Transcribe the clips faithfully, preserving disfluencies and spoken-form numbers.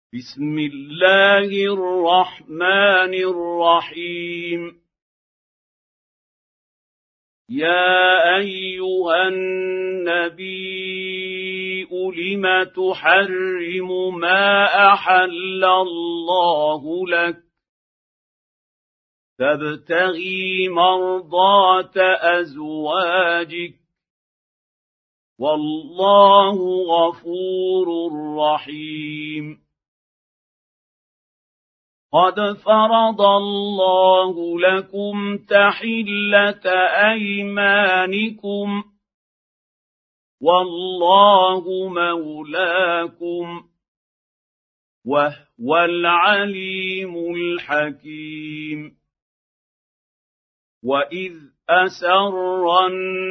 بسم الله الرحمن الرحيم. يا أيها النبي لم تحرم ما أحل الله لك تبتغي مرضات أزواجك والله غفور رحيم. قد فرض الله لكم تحلة أيمانكم والله مولاكم وهو العليم الحكيم. وإذ أسر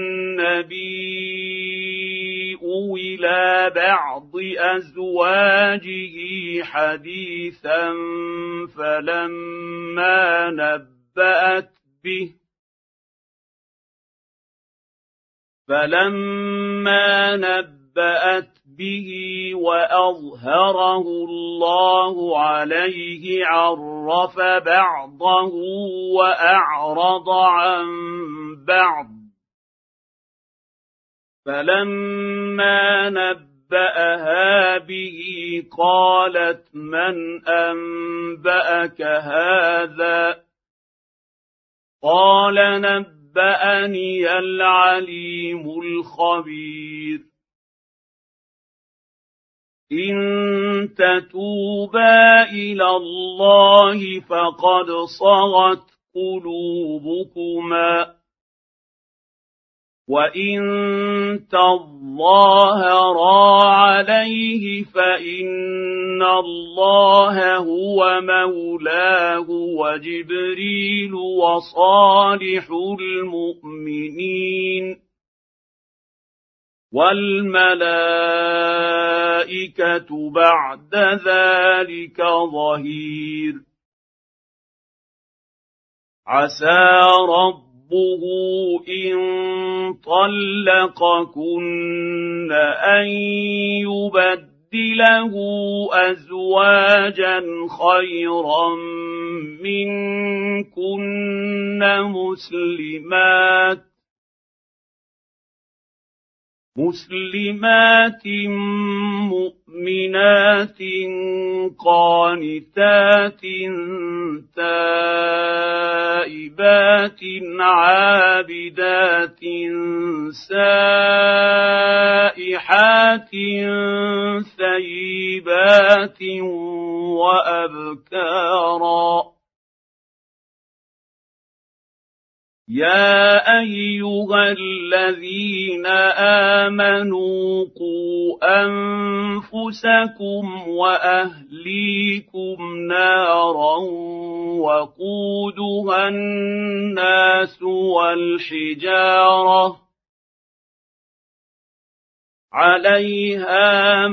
النبي إلى بعض أزواجه حديثا فلما نبأت به فلما نبأت به وأظهره الله عليه عرف بعضه وأعرض عن بعض. فلما نبأها به قالت من أنبأك هذا؟ قال نبأني العليم الخبير. إن تتوبا إلى الله فقد صغت قلوبكما وإن تظاهرا عليه فإن الله هو مولاه وجبريل وصالح المؤمنين والملائكة بعد ذلك ظهير. عسى رب ربه إن طلقكن أن يبدله أزواجا خيرا منكن مسلمات مسلمات مؤمنات قانتات تائبات عابدات سائحات ثيبات وأبكارا. يا أيها الذين آمنوا قوا أنفسكم وأهليكم نارا وقودها الناس والحجارة عليها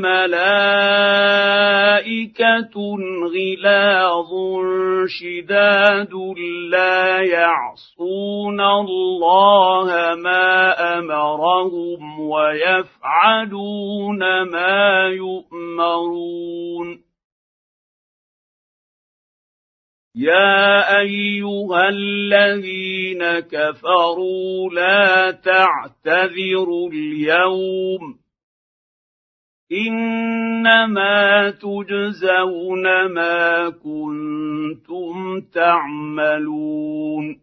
ملائكة غلاظ شداد لا يعصون الله ما أمرهم ويفعلون ما يؤمرون. يا أيها الذين كفروا لا تعتذروا اليوم إنما تجزون ما كنتم تعملون.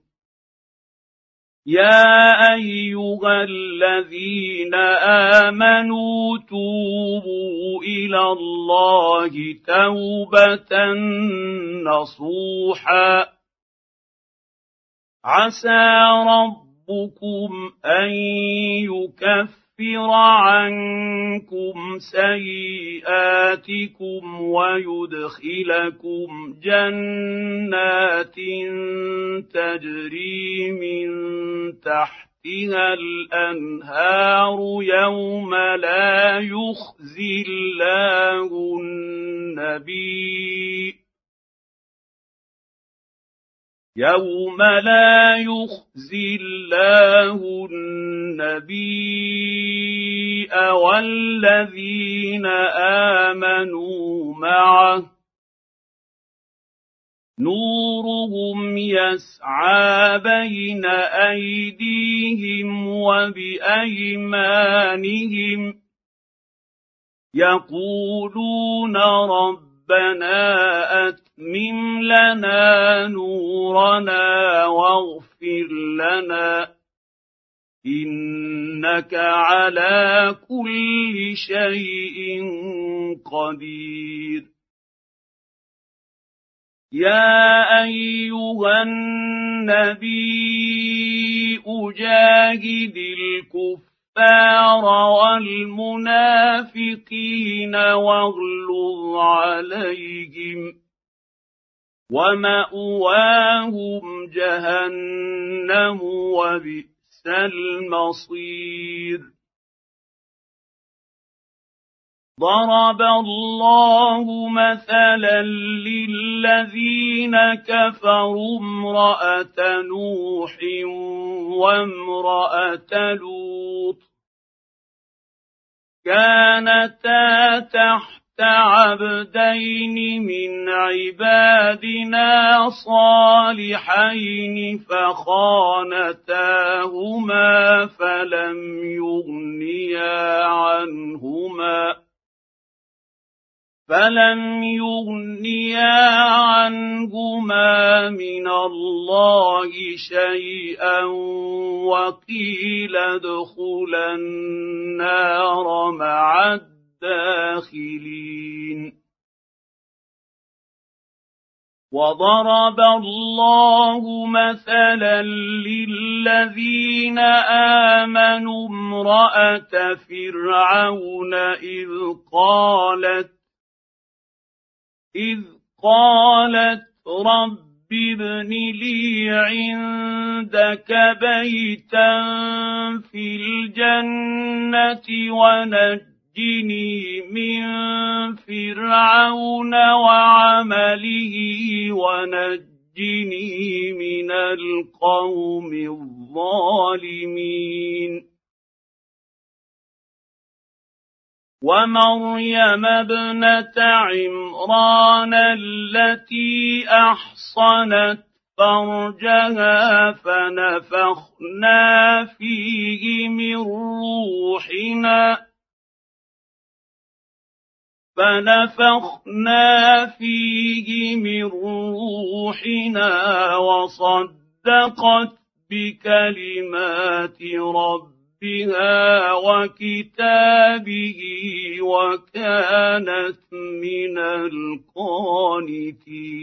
يا أيها الذين آمنوا توبوا إلى الله توبة نصوحا عسى ربكم أن يكفر عنكم سيئاتكم ويدخلكم جنات تجري من تحتها الأنهار يوم لا يخزي الله النبي يوم لا يخزي الله النبي والذين آمنوا معه نورهم يسعى بين أيديهم وبأيمانهم يقولون ربنا أتمم لنا نورنا واغفر لنا إنك على كل شيء قدير. يا أيها النبي أجاهد الكفار والمنافقين واغلظ عليهم ومأواهم جهنم وبئس المصير. ضرب الله مثلا للذين كفروا امرأة نوح وامرأة لوط كانتا تحت عبدين من عبادنا صالحين فخانتاهما فلم يغنيا عنهما فلم يغنيا عنهما من الله شيئا وقيل ادخلا النار مع الداخلين. وضرب الله مثلا للذين آمنوا امرأة فرعون إذ قالت إذ قالت رب ابن لي عندك بيتا في الجنة ونجني من فرعون وعمله ونجني من القوم الظالمين. ومريم ابنة عمران التي أحصنت فرجها فنفخنا فيه من روحنا فنفخنا فيه من روحنا وصدقت بكلمات ربها بها وكتابه وكانت من القانتين.